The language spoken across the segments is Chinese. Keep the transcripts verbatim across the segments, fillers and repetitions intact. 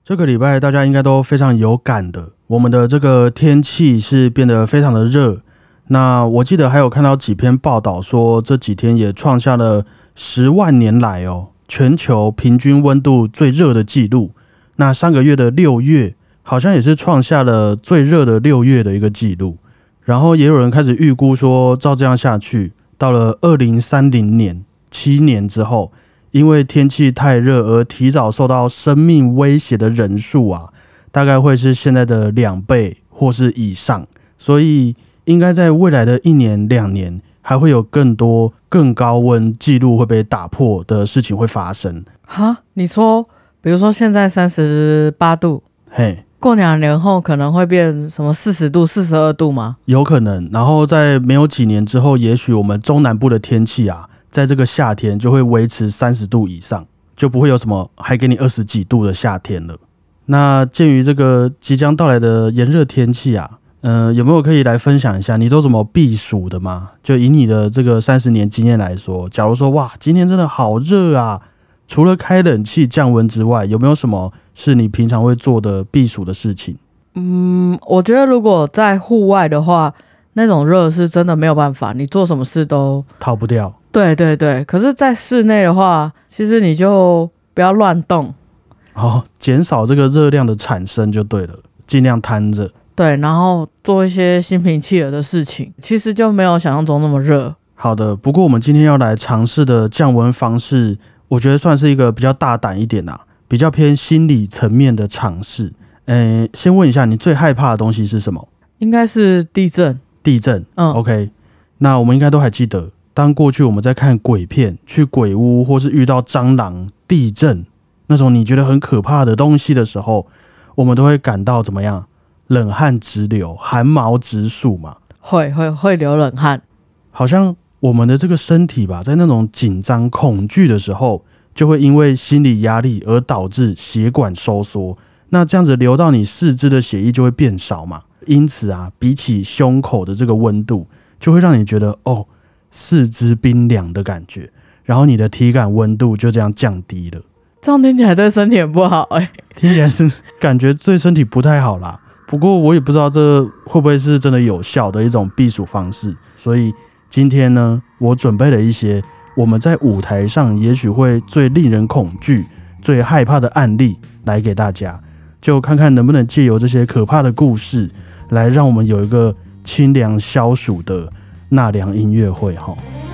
这个礼拜大家应该都非常有感的，我们的这个天气是变得非常的热。那我记得还有看到几篇报道说，这几天也创下了十万年来哦全球平均温度最热的记录。那上个月的六月好像也是创下了最热的六月的一个记录。然后也有人开始预估说，照这样下去，到了二零三零年，七年之后，因为天气太热而提早受到生命威胁的人数啊，大概会是现在的两倍或是以上。所以应该在未来的一年两年，还会有更多更高温记录会被打破的事情会发生。 哈，你说比如说现在三十八度， 嘿， 过两年后可能会变什么四十度、四十二度吗？ 有可能。然后在没有几年之后，也许我们中南部的天气啊，在这个夏天就会维持三十度以上，就不会有什么还给你二十几度的夏天了。那鉴于这个即将到来的炎热天气啊，呃，有没有可以来分享一下你都怎么避暑的吗？就以你的这个三十年经验来说，假如说哇，今天真的好热啊，除了开冷气降温之外，有没有什么是你平常会做的避暑的事情？ 嗯，我觉得如果在户外的话，那种热是真的没有办法，你做什么事都逃不掉。 对对对，可是在室内的话，其实你就不要乱动， 哦，减少这个热量的产生就对了，尽量摊着。 对，然后做一些心平气和的事情，其实就没有想象中那么热。 好的，不过我们今天要来尝试的降温方式，我觉得算是一个比较大胆一点啦、啊，比较偏心理层面的尝试。诶，先问一下，你最害怕的东西是什么？ 应该是地震。 地震。 嗯 OK， 那我们应该都还记得，当过去我们在看鬼片、去鬼屋，或是遇到蟑螂、地震那种你觉得很可怕的东西的时候，我们都会感到怎么样？冷汗直流，寒毛直竖嘛。 会会会流冷汗。 好像我们的这个身体吧，在那种紧张恐惧的时候，就会因为心理压力而导致血管收缩，那这样子流到你四肢的血液就会变少嘛。因此啊，比起胸口的这个温度，就会让你觉得哦，四肢冰凉的感觉，然后你的体感温度就这样降低了。 这样听起来对身体很不好哎、欸， 听起来是感觉对身体不太好啦。不过我也不知道这会不会是真的有效的一种避暑方式，所以今天呢，我准备了一些我们在舞台上也许会最令人恐惧、最害怕的案例来给大家，就看看能不能借由这些可怕的故事，来让我们有一个清凉消暑的纳凉音乐会哈。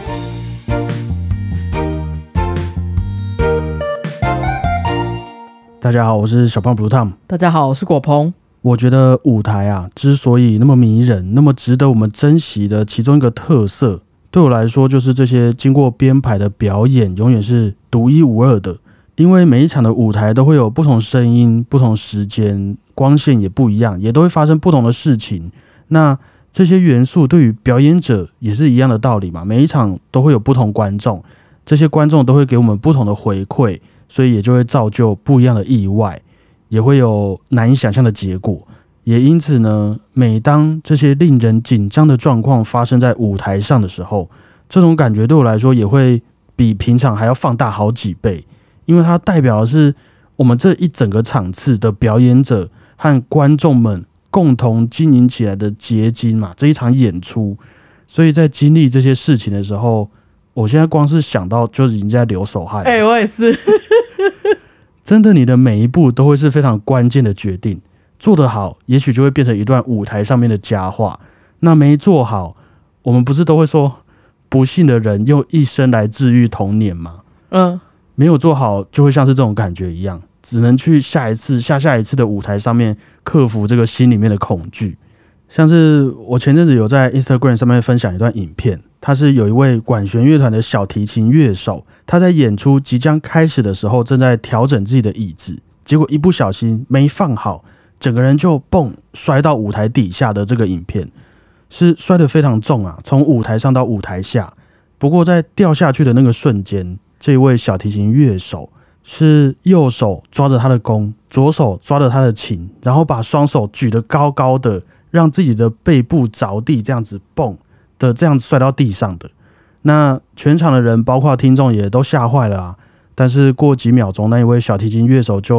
大家好，我是小胖 Blue Tom。 大家好，我是果鹏。 我觉得舞台啊，之所以那么迷人，那么值得我们珍惜的其中一个特色，对我来说就是这些经过编排的表演永远是独一无二的。因为每一场的舞台都会有不同声音、不同时间，光线也不一样，也都会发生不同的事情。那这些元素对于表演者也是一样的道理嘛，每一场都会有不同观众，这些观众都会给我们不同的回馈，所以也就会造就不一样的意外，也会有难以想象的结果。也因此呢，每当这些令人紧张的状况发生在舞台上的时候，这种感觉对我来说也会比平常还要放大好几倍，因为它代表的是我们这一整个场次的表演者和观众们共同经营起来的结晶嘛，这一场演出。所以在经历这些事情的时候，我现在光是想到就已经在流手汗了。 哎、欸，我也是。 真的，你的每一步都会是非常关键的决定，做得好，也许就会变成一段舞台上面的佳话。那没做好，我们不是都会说，不幸的人用一生来治愈童年吗？ 嗯， 没有做好，就会像是这种感觉一样，只能去下一次、下下一次的舞台上面克服这个心里面的恐惧。像是我前阵子有在 Instagram 上面分享一段影片，他是有一位管弦乐团的小提琴乐手，他在演出即将开始的时候正在调整自己的椅子，结果一不小心没放好，整个人就蹦摔到舞台底下的这个影片，是摔得非常重啊，从舞台上到舞台下。不过在掉下去的那个瞬间，这位小提琴乐手是右手抓着他的弓，左手抓着他的琴，然后把双手举得高高的，让自己的背部着地，这样子蹦的，这样子摔到地上的。那全场的人包括听众也都吓坏了啊，但是过几秒钟，那一位小提琴乐手就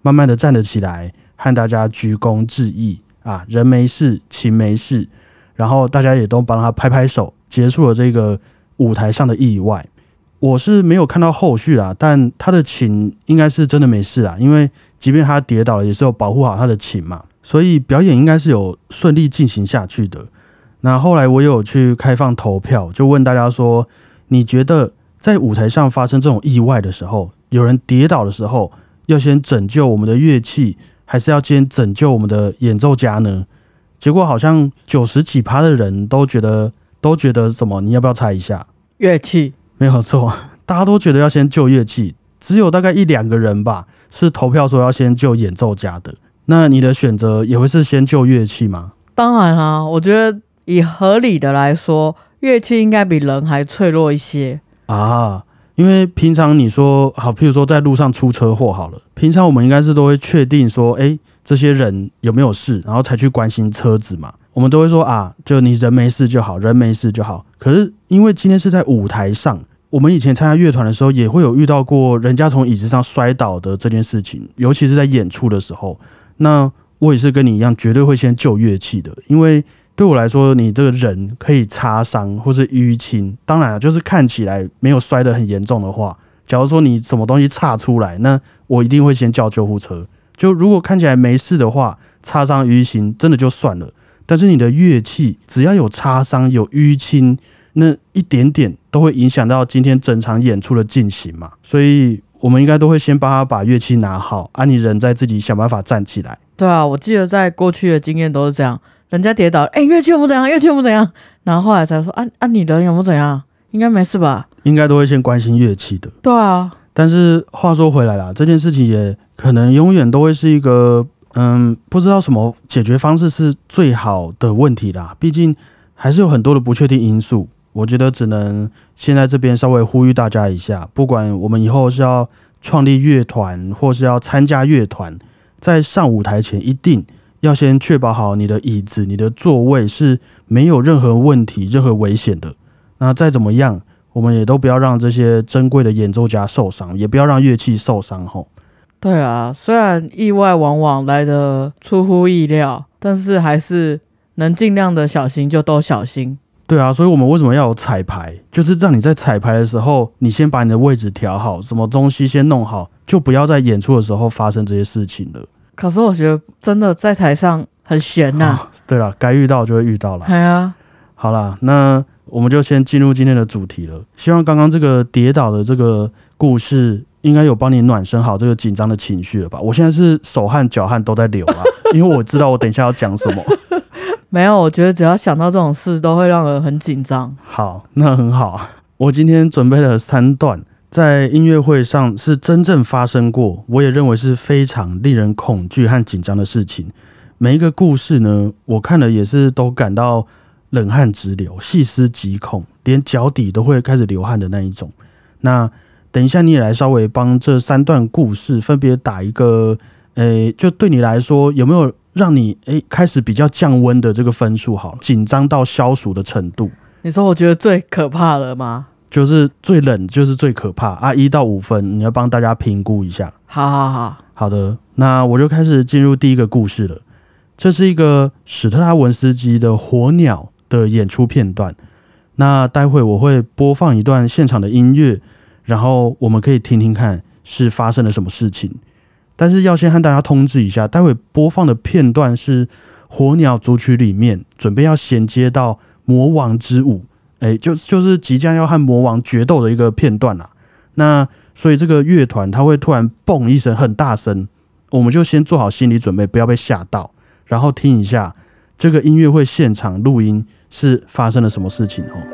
慢慢的站了起来，和大家鞠躬致意啊，人没事，琴没事，然后大家也都帮他拍拍手，结束了这个舞台上的意外。我是没有看到后续啦，但他的琴应该是真的没事啦，因为即便他跌倒了，也是有保护好他的琴嘛，所以表演应该是有顺利进行下去的。那后来我有去开放投票，就问大家说，你觉得在舞台上发生这种意外的时候，有人跌倒的时候，要先拯救我们的乐器，还是要先拯救我们的演奏家呢？结果好像九十几趴的人都觉得都觉得什么？你要不要猜一下？ 乐器。 没有错，大家都觉得要先救乐器，只有大概一两个人吧是投票说要先救演奏家的。那你的选择也会是先救乐器吗？ 当然啦，我觉得以合理的来说，乐器应该比人还脆弱一些啊。因为平常你说好，譬如说在路上出车祸好了，平常我们应该是都会确定说，哎，这些人有没有事，然后才去关心车子嘛。我们都会说啊，就你人没事就好，人没事就好。可是因为今天是在舞台上，我们以前参加乐团的时候，也会有遇到过人家从椅子上摔倒的这件事情，尤其是在演出的时候。那我也是跟你一样，绝对会先救乐器的，因为对我来说，你这个人可以擦伤或是淤青，当然就是看起来没有摔得很严重的话，假如说你什么东西擦出来，那我一定会先叫救护车。就如果看起来没事的话，擦伤淤青真的就算了，但是你的乐器只要有擦伤有淤青，那一点点都会影响到今天整场演出的进行嘛，所以我们应该都会先帮他把乐器拿好，啊，你人再自己想办法站起来。 对啊，我记得在过去的经验都是这样，人家跌倒，哎、欸，乐器有没有怎样？乐器有没有怎样？然后后来才说，啊啊，你人有没有怎样？应该没事吧？ 应该都会先关心乐器的。 对啊， 但是话说回来啦，这件事情也可能永远都会是一个，嗯，不知道什么解决方式是最好的问题啦。毕竟还是有很多的不确定因素。我觉得只能现在这边稍微呼吁大家一下，不管我们以后是要创立乐团，或是要参加乐团，在上舞台前一定要先确保好你的椅子、你的座位是没有任何问题、任何危险的。那再怎么样，我们也都不要让这些珍贵的演奏家受伤，也不要让乐器受伤吼。 对啊，虽然意外往往来得出乎意料，但是还是能尽量的小心就都小心。 对啊，所以我们为什么要有彩排？就是让你在彩排的时候，你先把你的位置调好，什么东西先弄好，就不要在演出的时候发生这些事情了。 可是我觉得真的在台上很悬呐、啊哦。 对了，该遇到就会遇到了。 对啊， 好啦，那我们就先进入今天的主题了。希望刚刚这个跌倒的这个故事，应该有帮你暖身好这个紧张的情绪了吧？我现在是手汗脚汗都在流啊，因为我知道我等一下要讲什么。 没有，我觉得只要想到这种事，都会让人很紧张。 好，那很好。我今天准备了三段，在音乐会上是真正发生过，我也认为是非常令人恐惧和紧张的事情。每一个故事呢，我看了也是都感到冷汗直流，细思极恐，连脚底都会开始流汗的那一种。那等一下你也来稍微帮这三段故事分别打一个，诶，就对你来说有没有让你诶开始比较降温的这个分数好，紧张到消暑的程度。 你说我觉得最可怕的吗？ 就是最冷就是最可怕啊！一到五分，你要帮大家评估一下。 好好好， 好的，那我就开始进入第一个故事了。这是一个史特拉文斯基的《火鸟》的演出片段。那待会我会播放一段现场的音乐，然后我们可以听听看是发生了什么事情。但是要先和大家通知一下，待会播放的片段是《火鸟》组曲里面准备要衔接到魔王之舞，哎，就就是即将要和魔王决斗的一个片段啦。那所以这个乐团它会突然蹦一声很大声，我们就先做好心理准备，不要被吓到，然后听一下这个音乐会现场录音是发生了什么事情哦。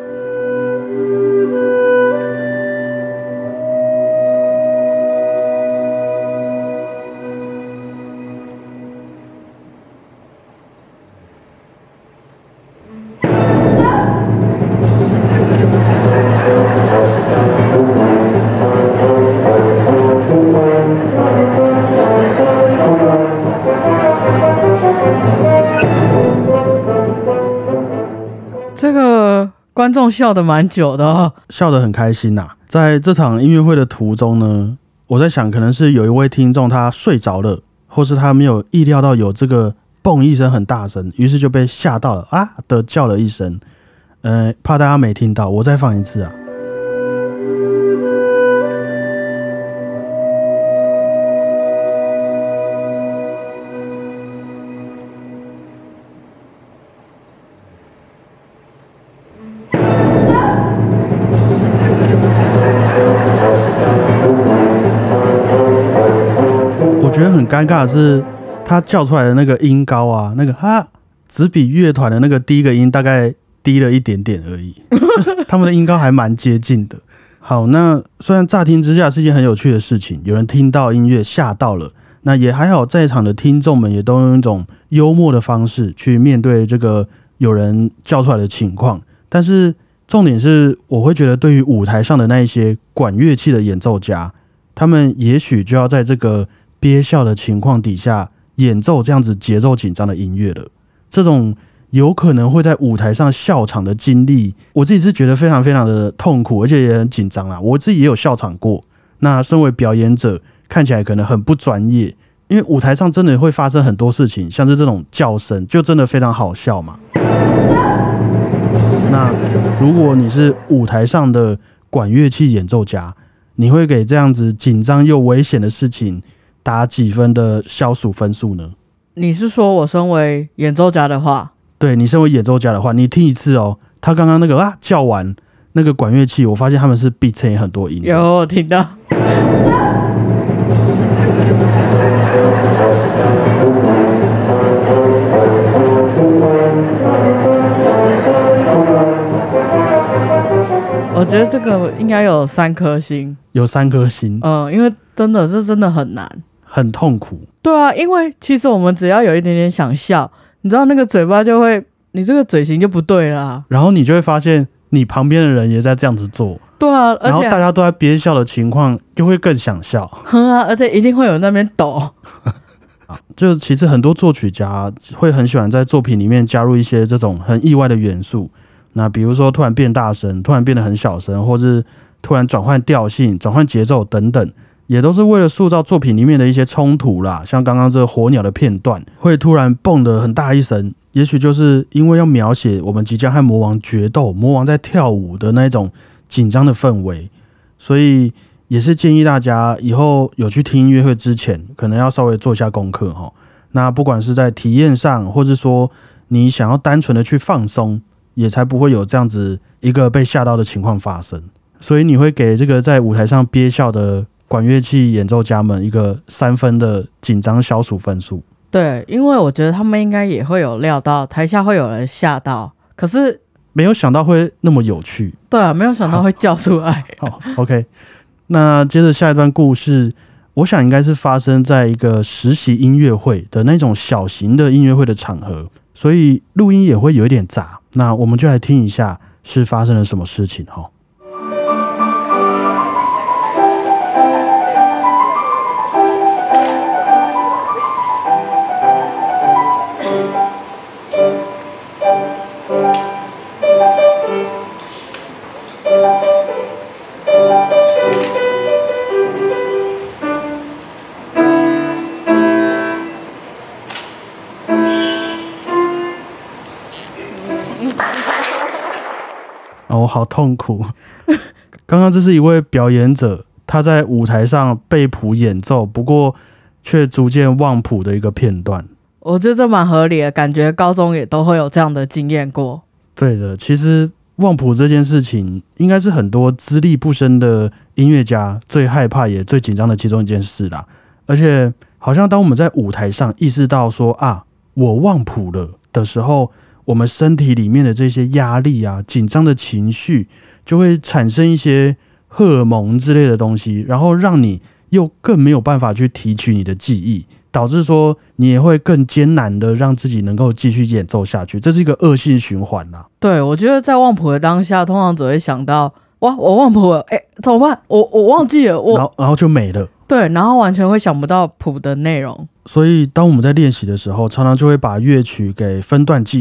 观众笑得蛮久的哦， 笑得很开心呐、啊。在这场音乐会的途中呢， 我在想，可能是有一位听众他睡着了，或是他没有意料到有这个蹦一声很大声，于是就被吓到了啊的叫了一声。呃，怕大家没听到，我再放一次啊。我觉得很尴尬的是，他叫出来的那个音高啊，那个哈，只比乐团的那个第一个音大概低了一点点而已，他们的音高还蛮接近的。好，那虽然乍听之下是一件很有趣的事情，有人听到音乐吓到了，那也还好，在场的听众们也都用一种幽默的方式去面对这个有人叫出来的情况。但是重点是，我会觉得对于舞台上的那一些管乐器的演奏家，他们也许就要在这个憋笑的情况底下演奏这样子节奏紧张的音乐了。这种有可能会在舞台上笑场的经历，我自己是觉得非常非常的痛苦，而且也很紧张啦。我自己也有笑场过。那身为表演者，看起来可能很不专业，因为舞台上真的会发生很多事情，像是这种叫声，就真的非常好笑嘛。那如果你是舞台上的管乐器演奏家，你会给这样子紧张又危险的事情打几分的消暑分数呢？ 你是说我身为演奏家的话？ 对，你身为演奏家的话，你听一次哦，他刚刚那个啊叫完那个管乐器，我发现他们是必乘以很多音的。 有，我听到。我觉得这个应该有三颗星， 有三颗星。 嗯，因为真的这真的很难， 很痛苦。 对啊，因为其实我们只要有一点点想笑，你知道那个嘴巴就会，你这个嘴型就不对了、啊， 然后你就会发现你旁边的人也在这样子做。 对啊，而且然后大家都在憋笑的情况，就会更想笑。 哼啊，而且一定会有人在那边抖。 就其实很多作曲家会很喜欢在作品里面加入一些这种很意外的元素。那比如说突然变大声，突然变得很小声，或是突然转换调性、转换节奏等等，也都是为了塑造作品里面的一些冲突啦。像刚刚这个火鸟的片段，会突然蹦得很大一声，也许就是因为要描写我们即将和魔王决斗，魔王在跳舞的那种紧张的氛围。所以也是建议大家以后有去听音乐会之前，可能要稍微做一下功课齁。那不管是在体验上，或是说你想要单纯的去放松，也才不会有这样子一个被吓到的情况发生。所以你会给这个在舞台上憋笑的管乐器演奏家们一个三分的紧张消暑分数。 对，因为我觉得他们应该也会有料到台下会有人吓到，可是没有想到会那么有趣。 对啊，没有想到会叫出来。 好, 好 OK， 那接着下一段故事，我想应该是发生在一个实习音乐会的那种小型的音乐会的场合，所以录音也会有一点杂。那我们就来听一下是发生了什么事情齁。哦，好痛苦。刚刚这是一位表演者，他在舞台上背谱演奏，不过却逐渐忘谱的一个片段。 我觉得这蛮合理的，感觉高中也都会有这样的经验过。 对的，其实忘谱这件事情，应该是很多资历不深的音乐家最害怕也最紧张的其中一件事啦。而且，好像当我们在舞台上意识到说啊，我忘谱了的时候，我们身体里面的这些压力啊、紧张的情绪，就会产生一些荷尔蒙之类的东西，然后让你又更没有办法去提取你的记忆，导致说你也会更艰难的让自己能够继续演奏下去，这是一个恶性循环啦。 对，我觉得在忘谱的当下，通常只会想到哇，我忘谱了，哎，怎么办？我我忘记了，我然后然后就没了。 对，然后完全会想不到谱的内容。 所以当我们在练习的时候，常常就会把乐曲给分段记忆。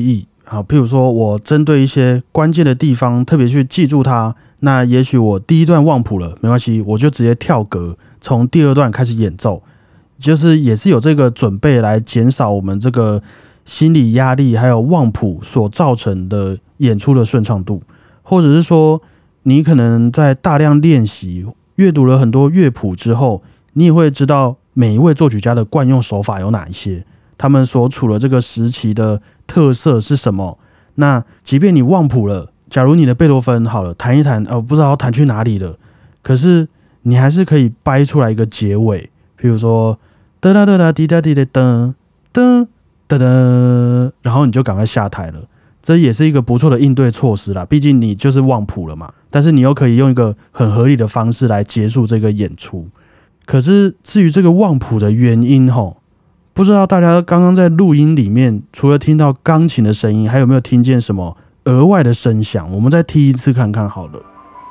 好，譬如说我针对一些关键的地方特别去记住它，那也许我第一段忘谱了，没关系，我就直接跳格，从第二段开始演奏，就是也是有这个准备来减少我们这个心理压力还有忘谱所造成的演出的顺畅度。或者是说你可能在大量练习阅读了很多乐谱之后，你也会知道每一位作曲家的惯用手法有哪一些，他们所处的这个时期的特色是什么。那即便你忘谱了，假如你的贝多芬好了弹一弹呃不知道弹去哪里了，可是你还是可以掰出来一个结尾，比如说哒哒哒哒滴哒滴哒噔噔噔噔，然后你就赶快下台了。这也是一个不错的应对措施啦，毕竟你就是忘谱了嘛，但是你又可以用一个很合理的方式来结束这个演出。可是至于这个忘谱的原因吼，不知道大家刚刚在录音里面除了听到钢琴的声音，还有没有听见什么额外的声响？我们再听一次看看好了。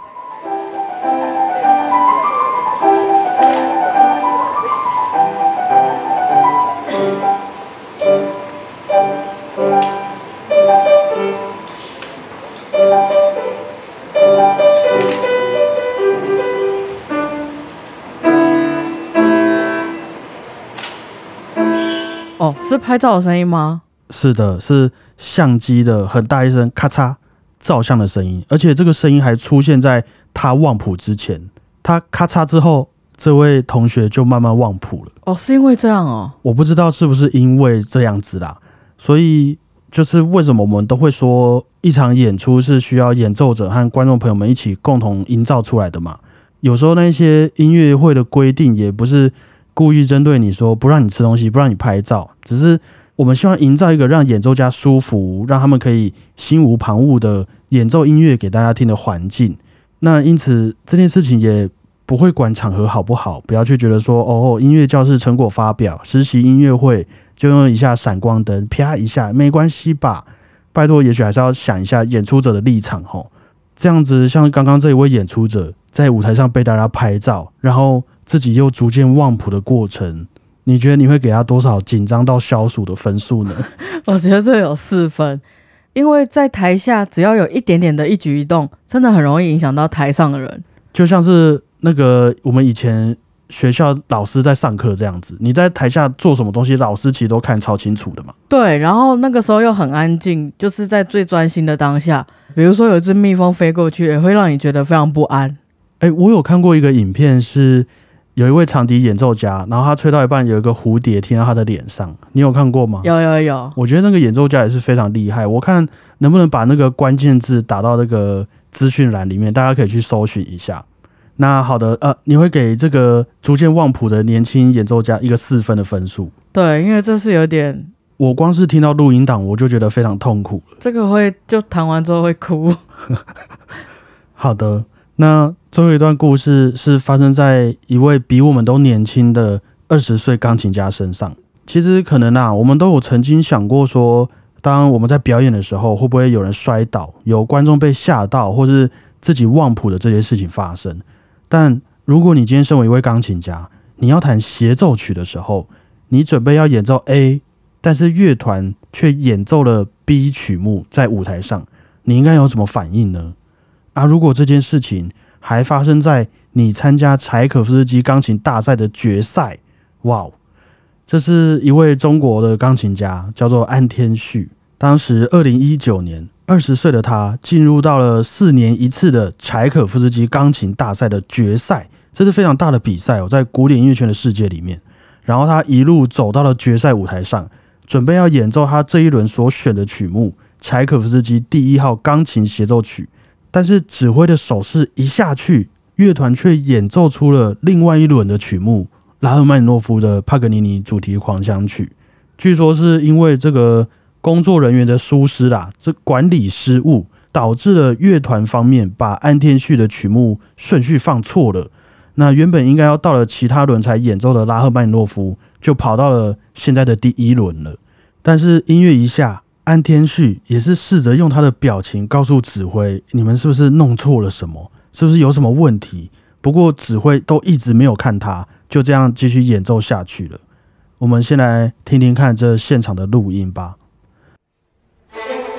哦，是拍照的声音吗？ 是的，是相机的很大一声咔嚓照相的声音，而且这个声音还出现在他忘谱之前。他咔嚓之后，这位同学就慢慢忘谱了。 哦，是因为这样哦？ 我不知道是不是因为这样子啦，所以就是为什么我们都会说一场演出是需要演奏者和观众朋友们一起共同营造出来的嘛。有时候那些音乐会的规定也不是故意针对你说不让你吃东西，不让你拍照，只是我们希望营造一个让演奏家舒服，让他们可以心无旁骛的演奏音乐给大家听的环境。那因此这件事情也不会管场合好不好，不要去觉得说哦，音乐教室成果发表实习音乐会就用一下闪光灯啪一下没关系吧。拜托，也许还是要想一下演出者的立场吼。这样子像刚刚这一位演出者在舞台上被大家拍照，然后自己又逐渐忘谱的过程，你觉得你会给他多少紧张到消暑的分数呢？ 我觉得这有四分，因为在台下只要有一点点的一举一动，真的很容易影响到台上的人。 就像是那个我们以前学校老师在上课这样子，你在台下做什么东西，老师其实都看超清楚的嘛。 对，然后那个时候又很安静，就是在最专心的当下，比如说有一只蜜蜂飞过去，也会让你觉得非常不安。 哎，我有看过一个影片，是有一位长笛演奏家，然后他吹到一半有一个蝴蝶贴到他的脸上，你有看过吗？ 有有有， 我觉得那个演奏家也是非常厉害，我看能不能把那个关键字打到那个资讯栏里面，大家可以去搜寻一下。那好的，呃，你会给这个逐渐忘谱的年轻演奏家一个四分的分数。 对，因为这是有点， 我光是听到录音档我就觉得非常痛苦了。 这个会就弹完之后会哭。 好的，那最后一段故事是发生在一位比我们都年轻的二十岁钢琴家身上。其实可能啊，我们都有曾经想过说，当我们在表演的时候，会不会有人摔倒，有观众被吓到，或是自己忘谱的这些事情发生。但如果你今天身为一位钢琴家，你要弹协奏曲的时候，你准备要演奏 A， 但是乐团却演奏了 B 曲目在舞台上，你应该有什么反应呢？啊，如果这件事情还发生在你参加柴可夫斯基钢琴大赛的决赛，哇，这是一位中国的钢琴家，叫做安天旭。当时二零一九年，二十岁的他进入到了四年一次的柴可夫斯基钢琴大赛的决赛，这是非常大的比赛哦，在古典音乐圈的世界里面。然后他一路走到了决赛舞台上，准备要演奏他这一轮所选的曲目柴可夫斯基第一号钢琴协奏曲。但是指挥的手势一下去，乐团却演奏出了另外一轮的曲目拉赫曼尼诺夫的帕格尼尼主题狂想曲。据说是因为这个工作人员的疏失啦，这管理失误，导致了乐团方面把安天旭的曲目顺序放错了。那原本应该要到了其他轮才演奏的拉赫曼尼诺夫，就跑到了现在的第一轮了。但是音乐一下，安天旭也是试着用他的表情告诉指挥，你们是不是弄错了什么，是不是有什么问题。不过指挥都一直没有看他，就这样继续演奏下去了。我们先来听听看这现场的录音吧。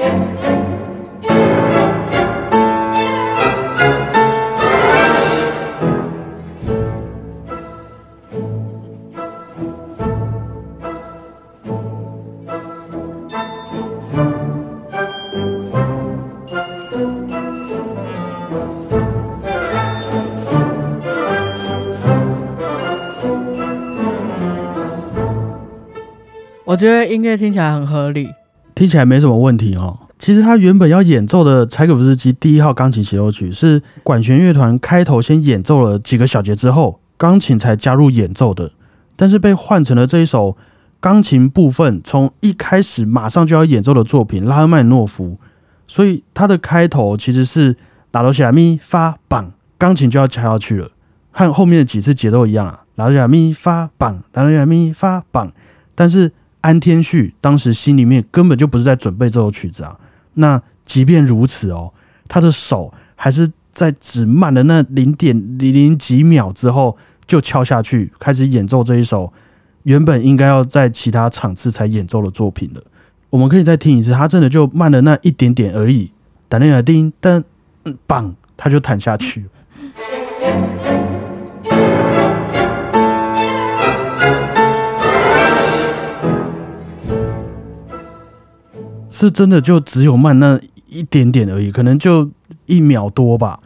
我觉得音乐听起来很合理， 听起来没什么问题哦。其实他原本要演奏的柴可夫斯基第一号钢琴协奏曲是管弦乐团开头先演奏了几个小节之后，钢琴才加入演奏的，但是被换成了这一首钢琴部分从一开始马上就要演奏的作品拉赫曼诺夫，所以它的开头其实是拉哆西拉咪发棒，钢琴就要敲下去了，和后面的几次节奏一样啊，拉哆西拉咪发棒，拉哆西拉咪发棒，但是安天旭当时心里面根本就不是在准备这首曲子啊。那即便如此哦，他的手还是在只慢了那零点零零几秒之后就敲下去，开始演奏这一首原本应该要在其他场次才演奏的作品了。我们可以再听一次，他真的就慢了那一点点而已，哒铃叮噔，棒，他就弹下去了。是真的就只有慢那一点点而已，可能就一秒多吧。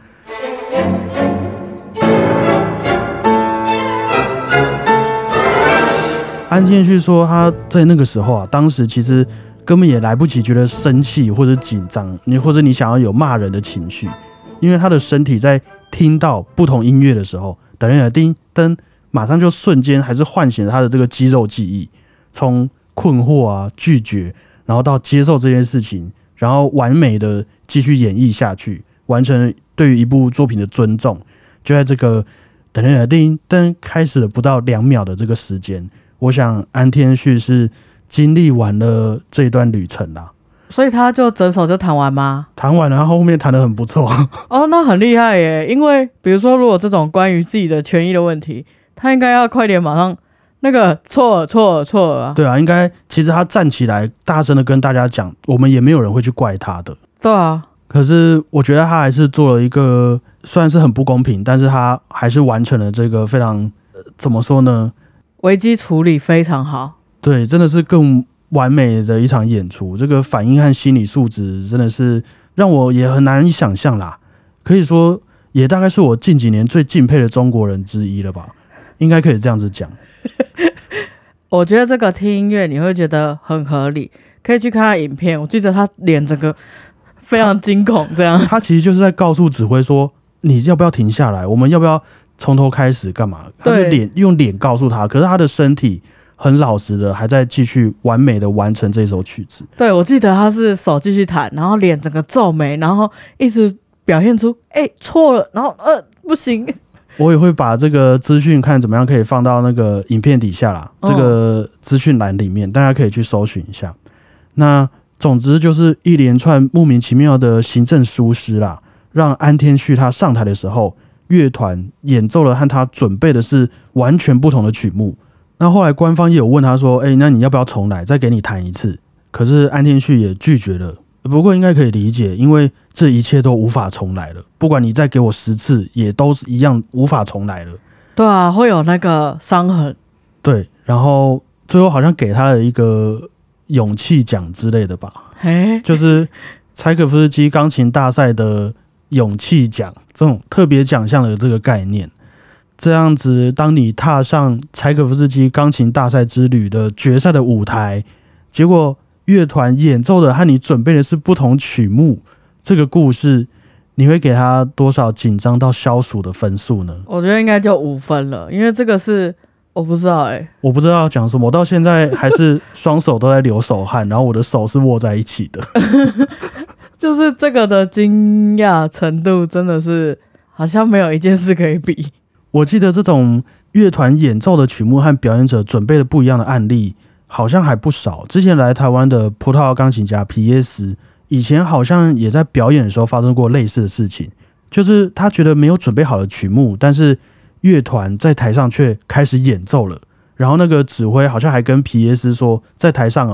安天旭说他在那个时候啊，当时其实根本也来不及觉得生气或者紧张，你或者你想要有骂人的情绪，因为他的身体在听到不同音乐的时候，等等叮噔，马上就瞬间还是唤醒了他的这个肌肉记忆，从困惑啊、拒绝。然后到接受这件事情，然后完美的继续演绎下去，完成对于一部作品的尊重。就在这个噔噔噔噔开始了不到两秒的这个时间，我想安天旭是经历完了这一段旅程啦。 所以他就整首就弹完吗？ 弹完了，然后后面弹得很不错。 哦，那很厉害耶！因为比如说，如果这种关于自己的权益的问题，他应该要快点马上。那个错了错了错了啊！ 对啊，应该其实他站起来大声的跟大家讲，我们也没有人会去怪他的。 对啊， 可是我觉得他还是做了一个虽然是很不公平，但是他还是完成了这个非常、呃、怎么说呢？ 危机处理非常好。 对，真的是更完美的一场演出。这个反应和心理素质真的是让我也很难以想象啦。可以说，也大概是我近几年最敬佩的中国人之一了吧？应该可以这样子讲。 我觉得这个听音乐你会觉得很合理，可以去看他影片。我记得他脸整个非常惊恐，这样。 他其实就是在告诉指挥说：“你要不要停下来？我们要不要从头开始？干嘛？”他就脸用脸告诉他，可是他的身体很老实的，还在继续完美的完成这首曲子。 对，我记得他是手继续弹，然后脸整个皱眉，然后一直表现出哎错了，然后呃不行。 我也会把这个资讯看怎么样可以放到那个影片底下啦，哦、这个资讯栏里面，大家可以去搜寻一下。那总之就是一连串莫名其妙的行政疏失啦，让安天旭他上台的时候，乐团演奏了和他准备的是完全不同的曲目。那后来官方也有问他说：“哎、欸，那你要不要重来，再给你弹一次？”可是安天旭也拒绝了。不过应该可以理解，因为这一切都无法重来了。不管你再给我十次，也都是一样无法重来了。 对啊，会有那个伤痕。 对，然后最后好像给他了一个勇气奖之类的吧，就是柴可夫斯基钢琴大赛的勇气奖，这种特别奖项的这个概念。这样子，当你踏上柴可夫斯基钢琴大赛之旅的决赛的舞台，结果乐团演奏的和你准备的是不同曲目，这个故事你会给他多少紧张到消暑的分数呢？ 我觉得应该就五分了，因为这个是我不知道哎、欸， 我不知道要讲什么，我到现在还是双手都在流手汗，然后我的手是握在一起的。 就是这个的惊讶程度真的是好像没有一件事可以比。 我记得这种乐团演奏的曲目和表演者准备的不一样的案例好像还不少。之前来台湾的葡萄牙钢琴家皮耶斯，以前好像也在表演的时候发生过类似的事情，就是他觉得没有准备好的曲目，但是乐团在台上却开始演奏了，然后那个指挥好像还跟皮耶斯说，在台上哦，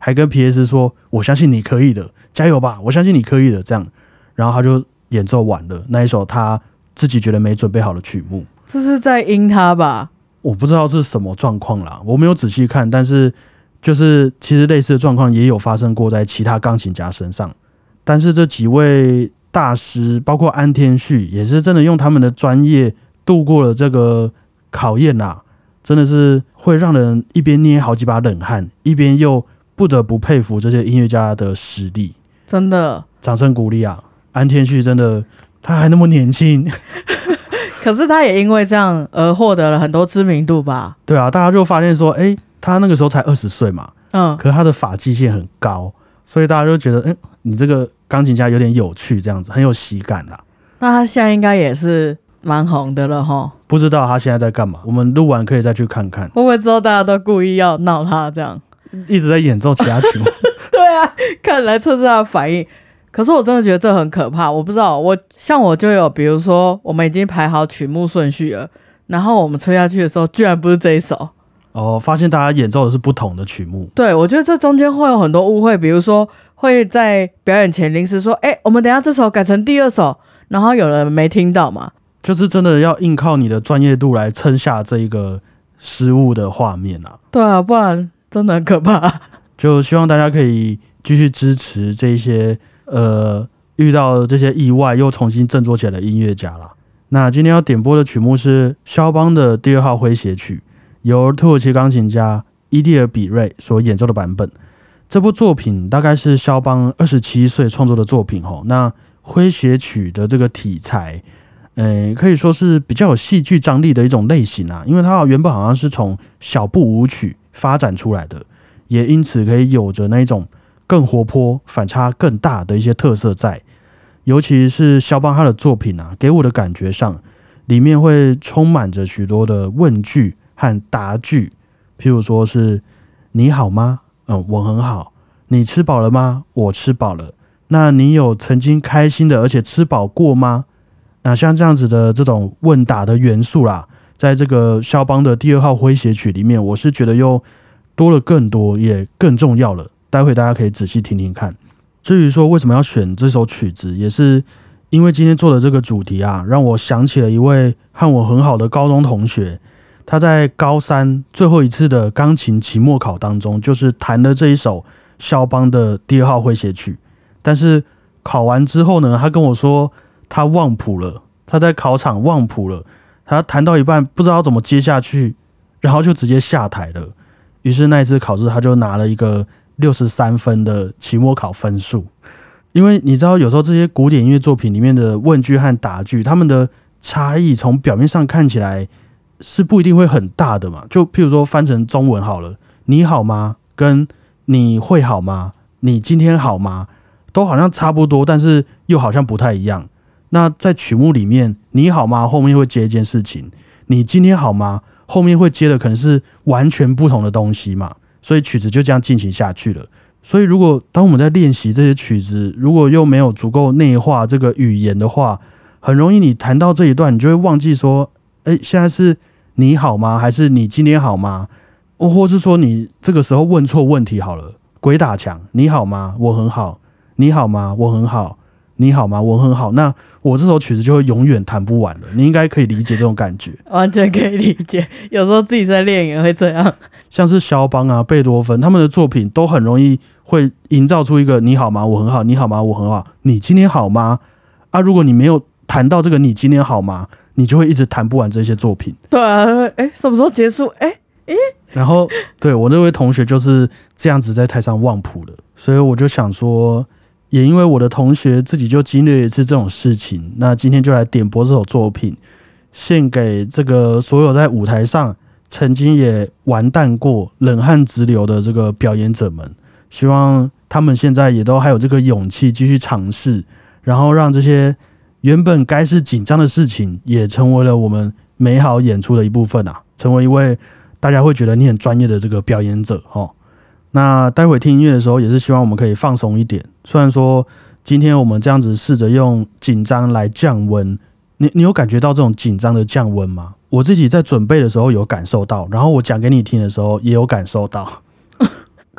还跟 P S 说我相信你可以的，加油吧，我相信你可以的这样，然后他就演奏完了那一首他自己觉得没准备好的曲目。 这是在阴他吧？ 我不知道是什么状况啦，我没有仔细看，但是就是其实类似的状况也有发生过在其他钢琴家身上。但是这几位大师包括安天旭也是真的用他们的专业度过了这个考验啦，真的是会让人一边捏好几把冷汗，一边又不得不佩服这些音乐家的实力。 真的掌声鼓励啊！安天旭真的他还那么年轻可是他也因为这样而获得了很多知名度吧？ 对啊，大家就发现说哎、欸，他那个时候才二十岁嘛，嗯，可是他的发际线很高，所以大家就觉得哎、欸，你这个钢琴家有点有趣，这样子很有喜感啦。 那他现在应该也是蛮红的了齁， 不知道他现在在干嘛，我们录完可以再去看看。 会不会之后大家都故意要闹他这样， 一直在演奏其他曲目对啊，看来测试他的反应。可是我真的觉得这很可怕，我不知道，我像我就有比如说我们已经排好曲目顺序了，然后我们吹下去的时候居然不是这一首哦，发现大家演奏的是不同的曲目。 对，我觉得这中间会有很多误会，比如说会在表演前临时说哎、欸，我们等一下这首改成第二首，然后有人没听到嘛， 就是真的要硬靠你的专业度来撑下这一个失误的画面啊。 对啊，不然真的很可怕。 就希望大家可以继续支持这些呃遇到这些意外又重新振作起来的音乐家啦。那今天要点播的曲目是肖邦的第二号诙谐曲，由土耳其钢琴家伊蒂尔比瑞所演奏的版本。这部作品大概是肖邦二十七岁创作的作品哦。那诙谐曲的这个题材呃，可以说是比较有戏剧张力的一种类型啊，因为它原本好像是从小步舞曲发展出来的，也因此可以有着那一种更活泼、反差更大的一些特色在。尤其是肖邦他的作品啊，给我的感觉上，里面会充满着许多的问句和答句，譬如说是你好吗？嗯，我很好。你吃饱了吗？我吃饱了。那你有曾经开心的而且吃饱过吗？那像这样子的这种问答的元素啦，在这个肖邦的第二号诙谐曲里面，我是觉得又多了更多，也更重要了。待会大家可以仔细听听看。至于说为什么要选这首曲子，也是因为今天做的这个主题啊，让我想起了一位和我很好的高中同学，他在高三最后一次的钢琴期末考当中，就是弹了这一首肖邦的第二号诙谐曲。但是考完之后呢，他跟我说他忘谱了，他在考场忘谱了，他弹到一半不知道怎么接下去，然后就直接下台了。于是那一次考试他就拿了一个六十三分的期末考分数。因为你知道有时候这些古典音乐作品里面的问句和答句，他们的差异从表面上看起来是不一定会很大的嘛。就譬如说翻成中文好了，你好吗跟你会好吗，你今天好吗，都好像差不多，但是又好像不太一样。那在曲目里面，你好吗后面会接一件事情，你今天好吗后面会接的可能是完全不同的东西嘛，所以曲子就这样进行下去了。所以如果当我们在练习这些曲子，如果又没有足够内化这个语言的话，很容易你弹到这一段，你就会忘记说诶，现在是你好吗还是你今天好吗，或是说你这个时候问错问题好了，鬼打墙，你好吗我很好，你好吗我很好，你好吗我很好，那我这首曲子就会永远弹不完了。你应该可以理解这种感觉。 完全可以理解，有时候自己在练也会这样。 像是肖邦啊、贝多芬他们的作品都很容易会营造出一个你好吗我很好，你好吗我很好，你今天好吗啊，如果你没有弹到这个你今天好吗，你就会一直弹不完这些作品。 对啊，诶，什么时候结束？诶诶， 然后对我那位同学就是这样子在台上忘谱的，所以我就想说，也因为我的同学自己就经历了一次这种事情，那今天就来点播这首作品，献给这个所有在舞台上曾经也完蛋过、冷汗直流的这个表演者们，希望他们现在也都还有这个勇气继续尝试，然后让这些原本该是紧张的事情，也成为了我们美好演出的一部分啊，成为一位大家会觉得你很专业的这个表演者齁。那待会听音乐的时候，也是希望我们可以放松一点。虽然说今天我们这样子试着用紧张来降温，你你有感觉到这种紧张的降温吗？我自己在准备的时候有感受到，然后我讲给你听的时候也有感受到。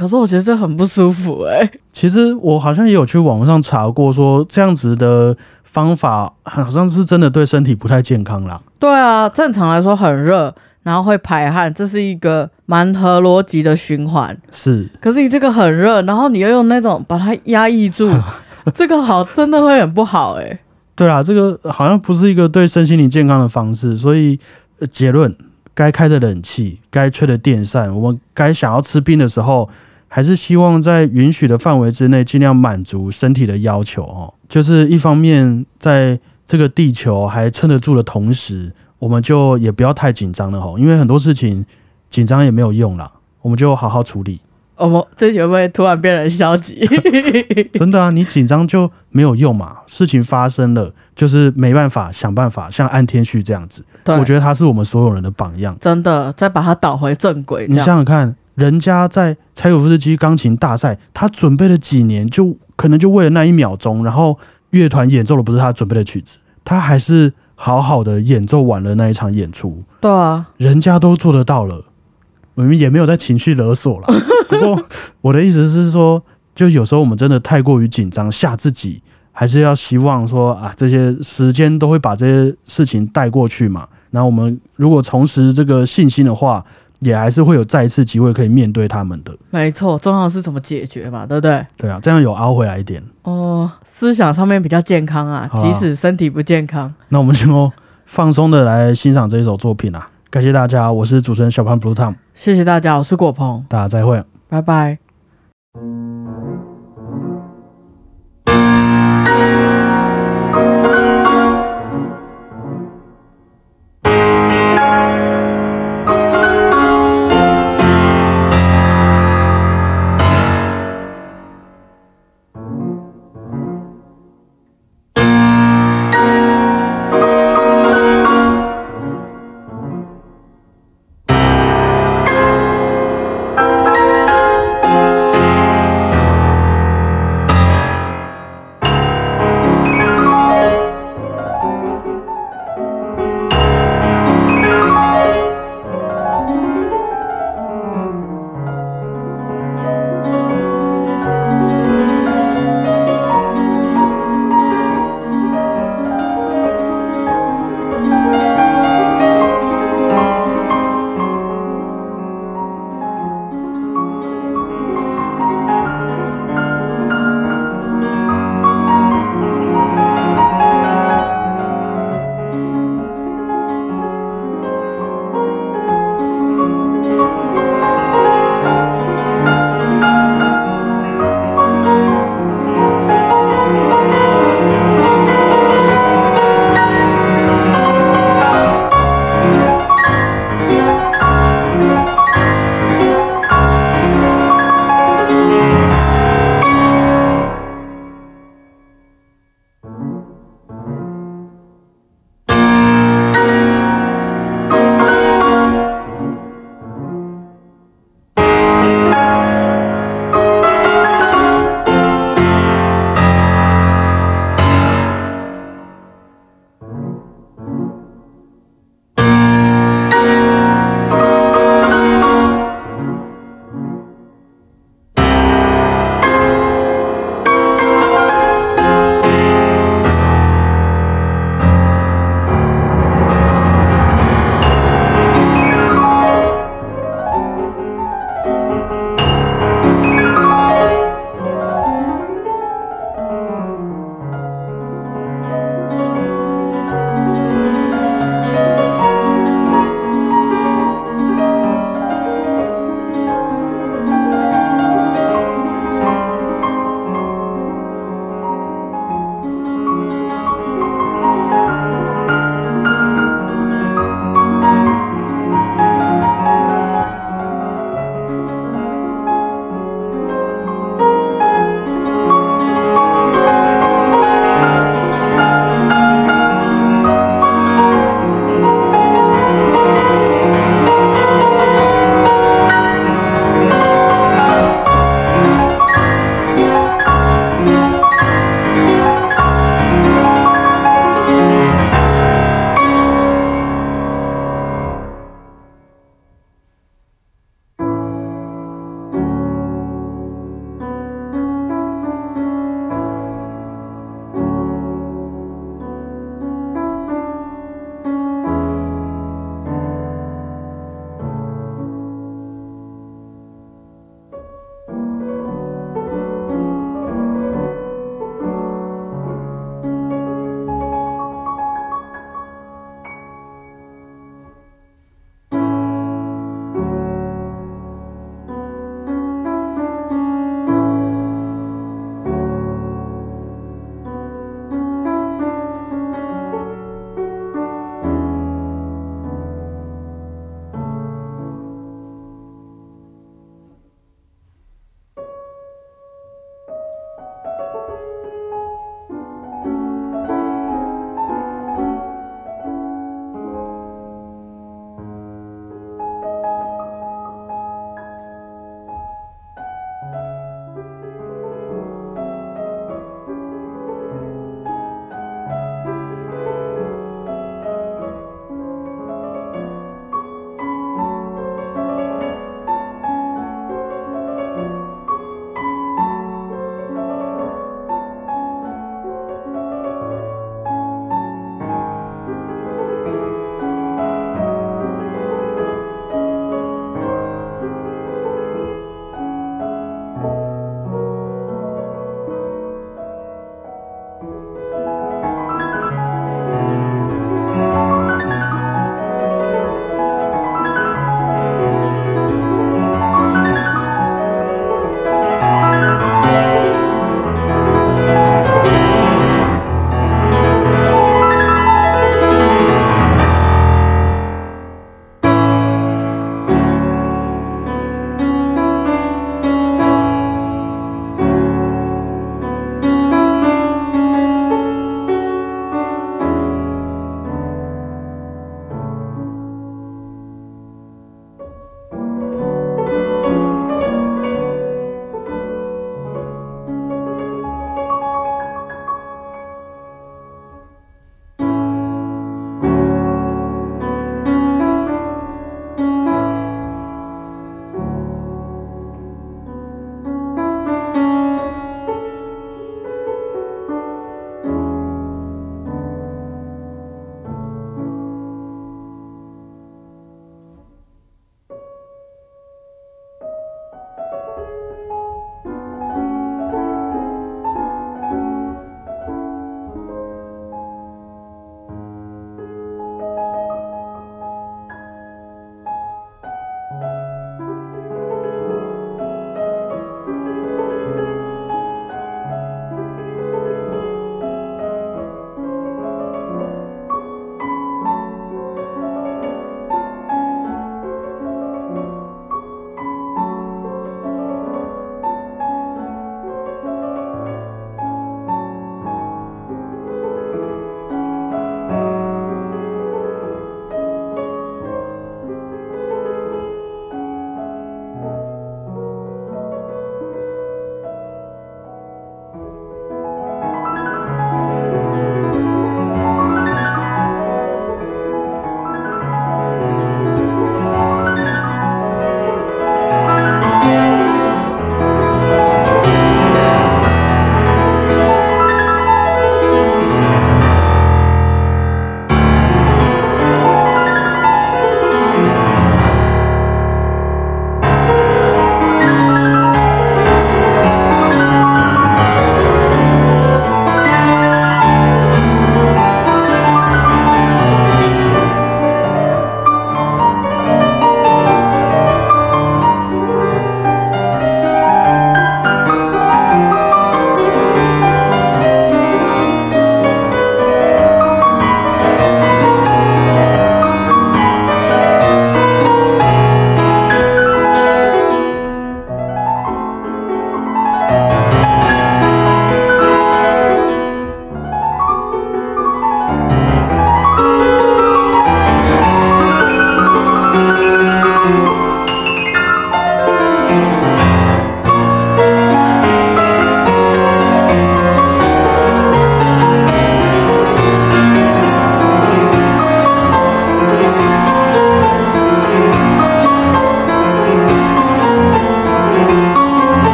可是我觉得这很不舒服哎、欸。 其实我好像也有去网络上查过，说这样子的方法好像是真的对身体不太健康啦。 对啊，正常来说很热，然后会排汗，这是一个蛮合逻辑的循环。 是， 可是你这个很热，然后你又用那种把它压抑住，这个好真的会很不好哎、欸。 对啦，这个好像不是一个对身心灵健康的方式，所以、呃、结论，该开的冷气，该吹的电扇，我们该想要吃冰的时候，还是希望在允许的范围之内，尽量满足身体的要求哦。就是一方面，在这个地球还撑得住的同时，我们就也不要太紧张了哦，因为很多事情紧张也没有用啦，我们就好好处理。 我们这集会不会突然变得消极？ 真的啊，你紧张就没有用嘛，事情发生了，就是没办法想办法，像安天旭这样子，我觉得他是我们所有人的榜样。 真的，再把他导回正轨。 你想想看，人家在柴可夫斯基钢琴大赛，他准备了几年，就可能就为了那一秒钟，然后乐团演奏的不是他准备的曲子，他还是好好的演奏完了那一场演出。 对啊， 人家都做得到了，我们也没有在情绪勒索了。不过我的意思是说，就有时候我们真的太过于紧张，吓自己，还是要希望说啊，这些时间都会把这些事情带过去嘛。那我们如果重拾这个信心的话，也还是会有再一次机会可以面对他们的。 没错，重要的是怎么解决嘛，对不对？ 对啊，这样有凹回来一点哦，思想上面比较健康啊，即使身体不健康。 那我们就放松的来欣赏这一首作品啊！感谢大家，我是主持人小胖 Blue Tom， 谢谢大家，我是果鹏， 大家再会， 拜拜。